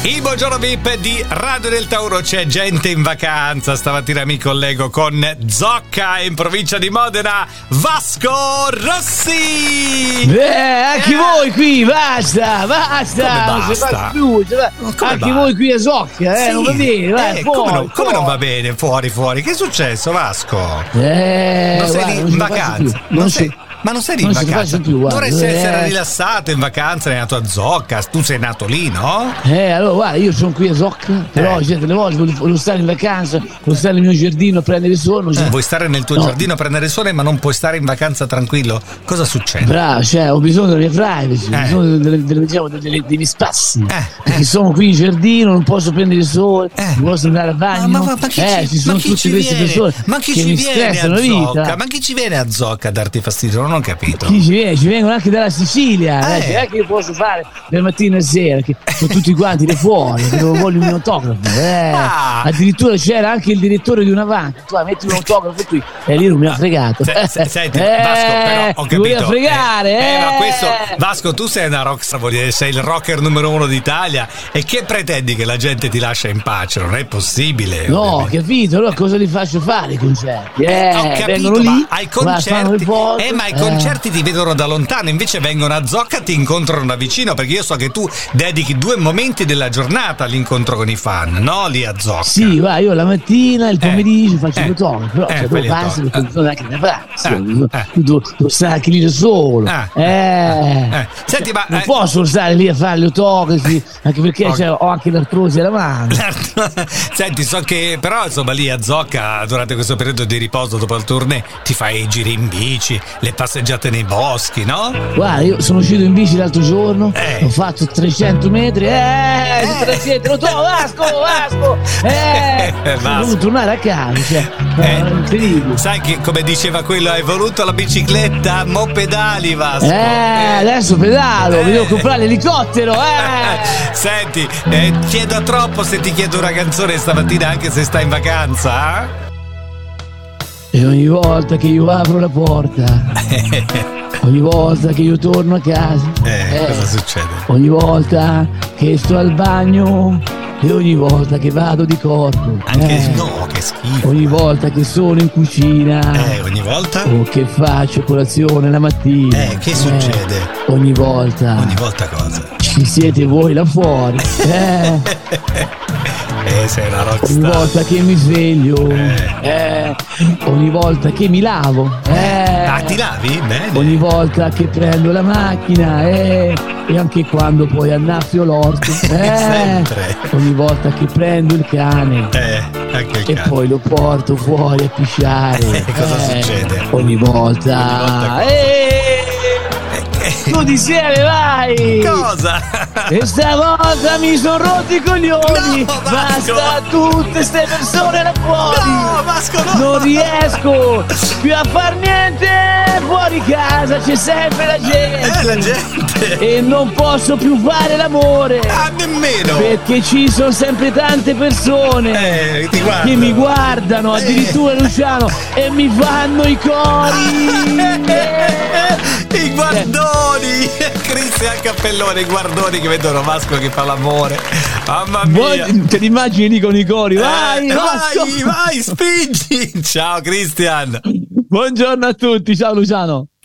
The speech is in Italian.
Il buongiorno VIP di Radio del Tauro, c'è gente in vacanza. Stamattina mi collego con Zocca in provincia di Modena, Vasco Rossi. Anche voi qui, basta. Come basta? Non si fa più, anche voi qui a Zocca, sì. Non va bene, vai, fuori, come non va bene? Fuori. Che è successo, Vasco? Non sei in vacanza? Ma non sei in vacanza? Dovresti essere rilassato in vacanza, sei nato a Zocca, tu sei nato lì, no? Allora guarda, io sono qui a Zocca, però delle volte voglio stare in vacanza, voglio stare nel mio giardino a prendere il sole. Vuoi stare nel tuo giardino a prendere il sole, ma non puoi stare in vacanza tranquillo? Cosa succede? Bravo, ho bisogno della mia privacy, ho bisogno dei miei spazi. Perché sono qui in giardino, non posso prendere il sole, non posso andare al bagno. Ma ci sono tutte queste persone che mi stressano la vita. Ma chi ci viene a Zocca a darti fastidio? Non ho capito. Chi ci viene? Ci vengono anche dalla Sicilia, non è che io posso fare dal mattino e sera, che sono tutti quanti lì fuori, che non vogliono un autografo. Addirittura c'era anche il direttore di una banca, tu metti un autografo qui e lì non mi ha fregato. Senti, Vasco, però ho capito. Mi voleva fregare, ma questo, Vasco, tu sei una rockstar, sei il rocker numero 1 d'Italia, e che pretendi che la gente ti lascia in pace? Non è possibile. No, ho capito, allora cosa li faccio fare i concerti? Ho capito, vengono lì, ma ai concerti, ma i concerti ti vedono da lontano, invece vengono a Zocca, ti incontrano da vicino, perché io so che tu dedichi 2 momenti della giornata all'incontro con i fan, no? Lì a Zocca. Sì, va, io la mattina, il pomeriggio faccio il fotografo, però devo passare perché sono anche da Francia, devo stare anche lì da solo. Senti, ma non posso stare lì a fare gli autografi, anche perché ho anche l'artrosi alla mano. Senti, so che però insomma lì a Zocca, durante questo periodo di riposo dopo il tournée, ti fai i giri in bici, le passeggiate nei boschi, no? Guarda, io sono uscito in bici l'altro giorno, ho fatto 300 metri, 300, lo trovo, Vasco, devo tornare a casa, incredibile. Sai che, come diceva quello, hai voluto la bicicletta, mo pedali, Vasco. Adesso pedalo, mi devo comprare l'elicottero, Senti, chiedo troppo se ti chiedo una canzone stamattina, anche se stai in vacanza? E ogni volta che io apro la porta, ogni volta che io torno a casa, cosa succede? Ogni volta che sto al bagno e ogni volta che vado di corpo, no, che schifo. Ogni volta che sono in cucina, ogni volta? O che faccio colazione la mattina, che succede? Ogni volta cosa? Ci siete voi là fuori, sei una rockstar. Ogni volta che mi sveglio, ogni volta che mi lavo, ti lavi? Bene. Ogni volta che prendo la macchina, e anche quando poi annaffio l'orto, sempre. Ogni volta che prendo il cane, anche il e cane. poi lo porto fuori a pisciare, cosa succede? Ogni volta tutti insieme, vai! Cosa? E stavolta mi sono rotti i coglioni! No, basta tutte ste persone là fuori! No, Vasco, no! Non riesco più a far niente! Fuori casa c'è sempre la gente! La gente! E non posso più fare l'amore! Nemmeno! Perché ci sono sempre tante persone che mi guardano, addirittura Luciano, e mi fanno i cori! I guardoni! Cristian Cappellone, i guardoni che vedono Vasco che fa l'amore. Mamma mia! Te li immagini lì con i cori? Vai, vai, spingi! Ciao Cristian! Buongiorno a tutti, ciao Luciano!